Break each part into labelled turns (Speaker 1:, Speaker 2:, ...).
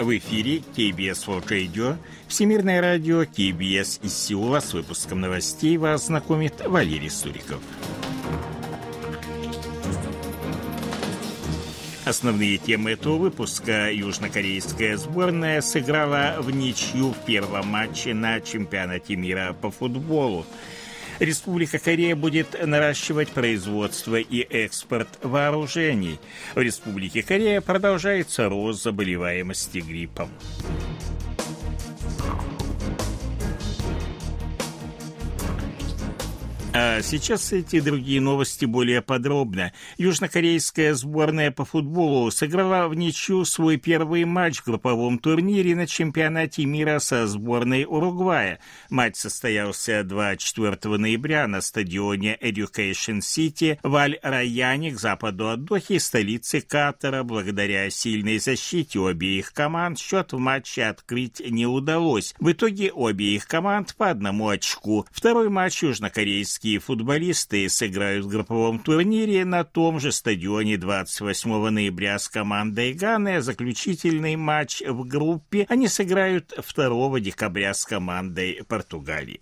Speaker 1: В эфире KBS World Radio, Всемирное радио KBS из Сеула. С выпуском новостей вас знакомит Валерий Суриков. Основные темы этого выпуска. Южнокорейская сборная сыграла в ничью в первом матче на чемпионате мира по футболу. Республика Корея будет наращивать производство и экспорт вооружений. В Республике Корея продолжается рост заболеваемости гриппом. А сейчас эти и другие новости более подробно. Южнокорейская сборная по футболу сыграла в ничью свой первый матч в групповом турнире на чемпионате мира со сборной Уругвая. Матч состоялся 24 ноября на стадионе Education City в Аль-Райяне к западу от Дохи, столицы Катара. Благодаря сильной защите у обеих команд счет в матче открыть не удалось. В итоге у обеих команд по одному очку. Второй матч южнокорейские футболисты сыграют в групповом турнире на том же стадионе 28 ноября с командой Ганы. Заключительный матч в группе они сыграют 2 декабря с командой Португалии.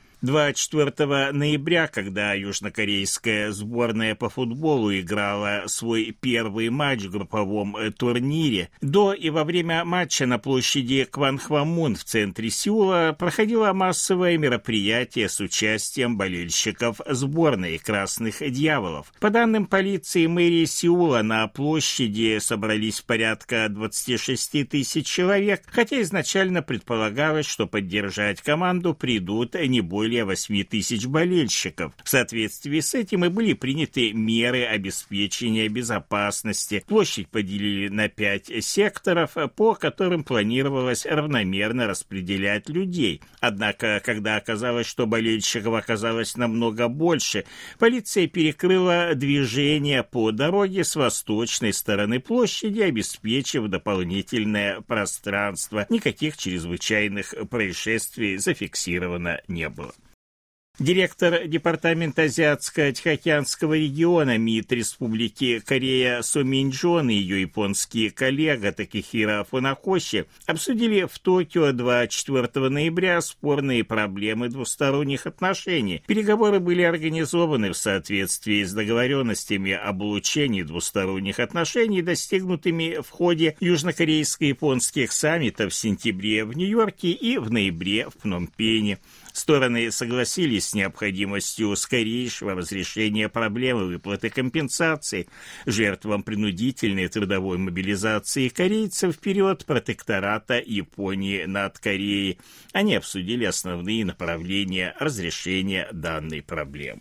Speaker 1: 24 ноября, когда южнокорейская сборная по футболу играла свой первый матч в групповом турнире, до и во время матча на площади Кванхвамун в центре Сеула проходило массовое мероприятие с участием болельщиков сборной «Красных дьяволов». По данным полиции мэрии Сеула, на площади собрались порядка 26 тысяч человек, хотя изначально предполагалось, что поддержать команду придут не более 8 тысяч болельщиков. В соответствии с этим и были приняты меры обеспечения безопасности. Площадь поделили на 5 секторов, по которым планировалось равномерно распределять людей. Однако, когда оказалось, что болельщиков оказалось намного больше, полиция перекрыла движение по дороге с восточной стороны площади, обеспечив дополнительное пространство. Никаких чрезвычайных происшествий зафиксировано не было. Директор Департамента Азиатско-Тихоокеанского региона МИД Республики Корея Со Минджон и ее японский коллега Такехиро Фунакоши обсудили в Токио 24 ноября спорные проблемы двусторонних отношений. Переговоры были организованы в соответствии с договоренностями об улучшении двусторонних отношений, достигнутыми в ходе южнокорейско-японских саммитов в сентябре в Нью-Йорке и в ноябре в Пномпене. Стороны согласились с необходимостью скорейшего разрешения проблемы выплаты компенсаций жертвам принудительной трудовой мобилизации корейцев в период протектората Японии над Кореей. Они обсудили основные направления разрешения данной проблемы.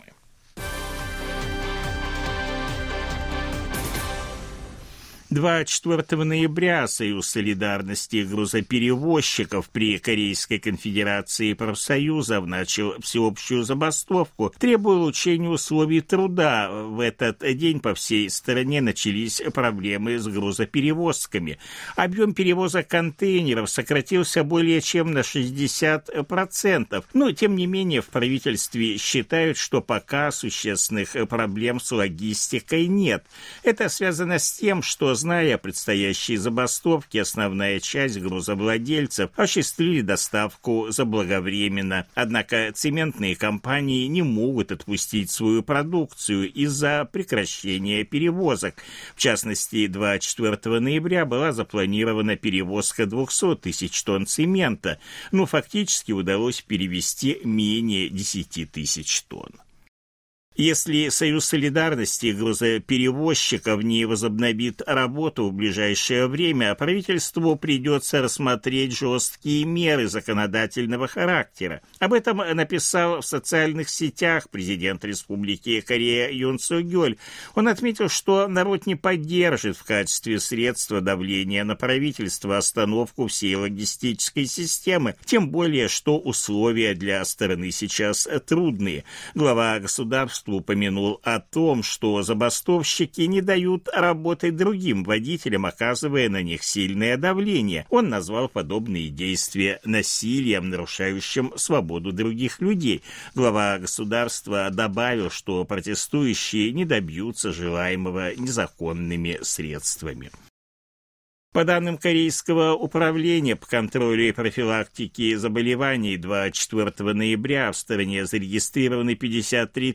Speaker 1: 24 ноября Союз солидарности грузоперевозчиков при Корейской конфедерации профсоюзов начал всеобщую забастовку, требуя улучшения условий труда. В этот день по всей стране начались проблемы с грузоперевозками. Объем перевоза контейнеров сократился более чем на 60%. Но, тем не менее, в правительстве считают, что пока существенных проблем с логистикой нет. Это связано с тем, что, зная о предстоящей забастовке, основная часть грузовладельцев осуществили доставку заблаговременно. Однако цементные компании не могут отпустить свою продукцию из-за прекращения перевозок. В частности, 24 ноября была запланирована перевозка 200 тысяч тонн цемента, но фактически удалось перевезти менее 10 тысяч тонн. Если Союз солидарности грузоперевозчиков не возобновит работу в ближайшее время, правительству придется рассмотреть жесткие меры законодательного характера. Об этом написал в социальных сетях президент Республики Корея Юн Су-гёль. Он отметил, что народ не поддержит в качестве средства давления на правительство остановку всей логистической системы, тем более, что условия для стороны сейчас трудные. Глава государства упомянул о том, что забастовщики не дают работать другим водителям, оказывая на них сильное давление. Он назвал подобные действия насилием, нарушающим свободу других людей. Глава государства добавил, что протестующие не добьются желаемого незаконными средствами. По данным Корейского управления по контролю и профилактике заболеваний, 24 ноября в стране зарегистрированы 53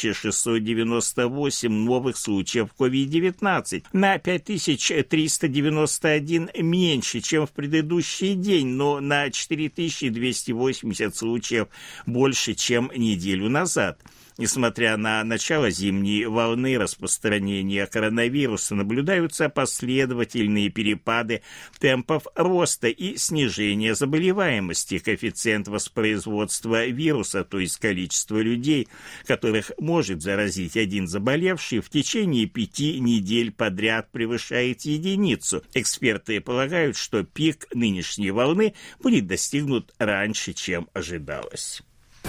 Speaker 1: 698 новых случаев COVID-19, на 5391 меньше, чем в предыдущий день, но на 4280 случаев больше, чем неделю назад. Несмотря на начало зимней волны распространения коронавируса, наблюдаются последовательные перепады темпов роста и снижения заболеваемости. Коэффициент воспроизводства вируса, то есть количество людей, которых может заразить один заболевший, в течение 5 недель подряд превышает единицу. Эксперты полагают, что пик нынешней волны будет достигнут раньше, чем ожидалось.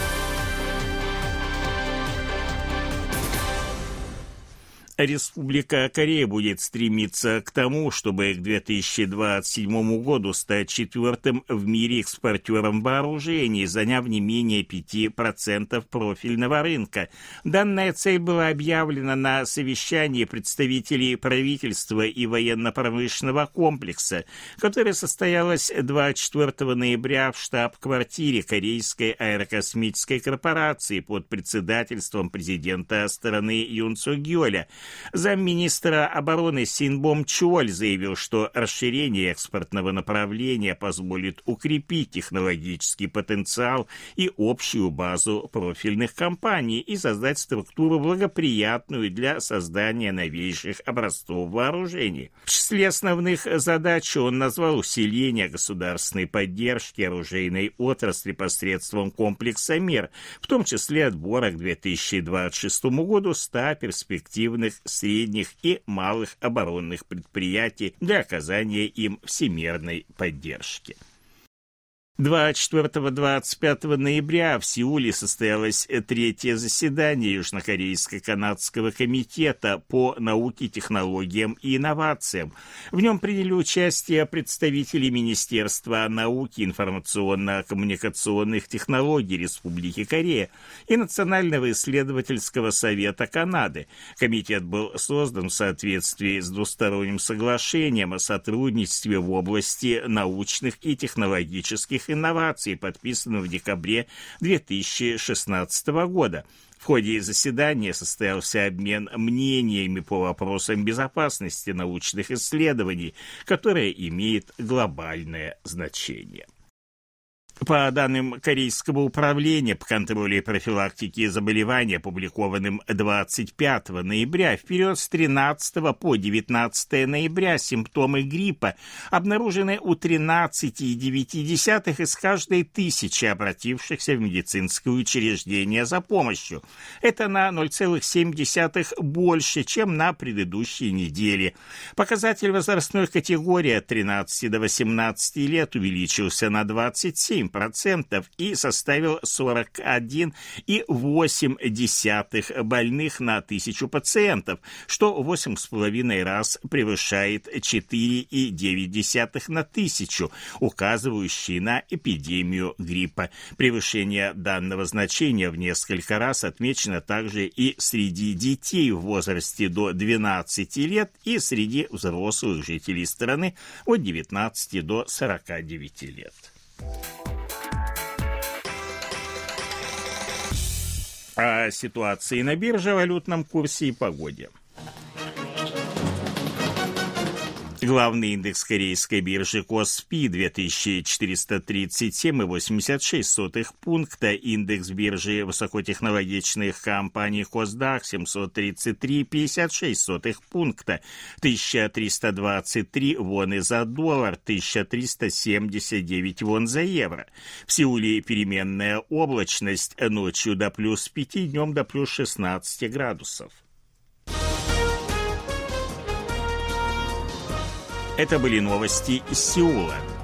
Speaker 1: Республика Корея будет стремиться к тому, чтобы к 2027 году стать 4-м в мире экспортером вооружений, заняв не менее 5% профильного рынка. Данная цель была объявлена на совещании представителей правительства и военно-промышленного комплекса, которое состоялось 24 ноября в штаб-квартире Корейской аэрокосмической корпорации под председательством президента страны Юн Сок-Йоля. Замминистра обороны Син Бом Чоль заявил, что расширение экспортного направления позволит укрепить технологический потенциал и общую базу профильных компаний и создать структуру, благоприятную для создания новейших образцов вооружений. В числе основных задач он назвал усиление государственной поддержки оружейной отрасли посредством комплекса мер, в том числе отбора к 2026 году 100 перспективных средних и малых оборонных предприятий для оказания им всемирной поддержки. 24-25 ноября в Сеуле состоялось третье заседание Южнокорейско-канадского комитета по науке, технологиям и инновациям. В нем приняли участие представители Министерства науки, информационно-коммуникационных технологий Республики Корея и Национального исследовательского совета Канады. Комитет был создан в соответствии с двусторонним соглашением о сотрудничестве в области научных и технологических инноваций, подписанным в декабре 2016 года. В ходе заседания состоялся обмен мнениями по вопросам безопасности научных исследований, которое имеет глобальное значение. По данным Корейского управления по контролю и профилактике заболеваний, опубликованным 25 ноября, в период с 13 по 19 ноября симптомы гриппа обнаружены у 13,9 из каждой 1000 обратившихся в медицинское учреждение за помощью. Это на 0,7 больше, чем на предыдущей неделе. Показатель возрастной категории от 13 до 18 лет увеличился на 27% и составил 41,8 больных на 1000 пациентов, что 8,5 раз превышает 4,9 на 1000, указывающий на эпидемию гриппа. Превышение данного значения в несколько раз отмечено также и среди детей в возрасте до 12 лет и среди взрослых жителей страны от 19 до 49 лет. О ситуации на бирже, валютном курсе и погоде. Главный индекс корейской биржи Коспи 2437,86 пункта, индекс биржи высокотехнологичных компаний Косдак 733,56 пункта, 1323 воны за доллар, 1379 вон за евро. В Сеуле переменная облачность, ночью до плюс 5, днем до плюс 16 градусов. Это были новости из Сеула.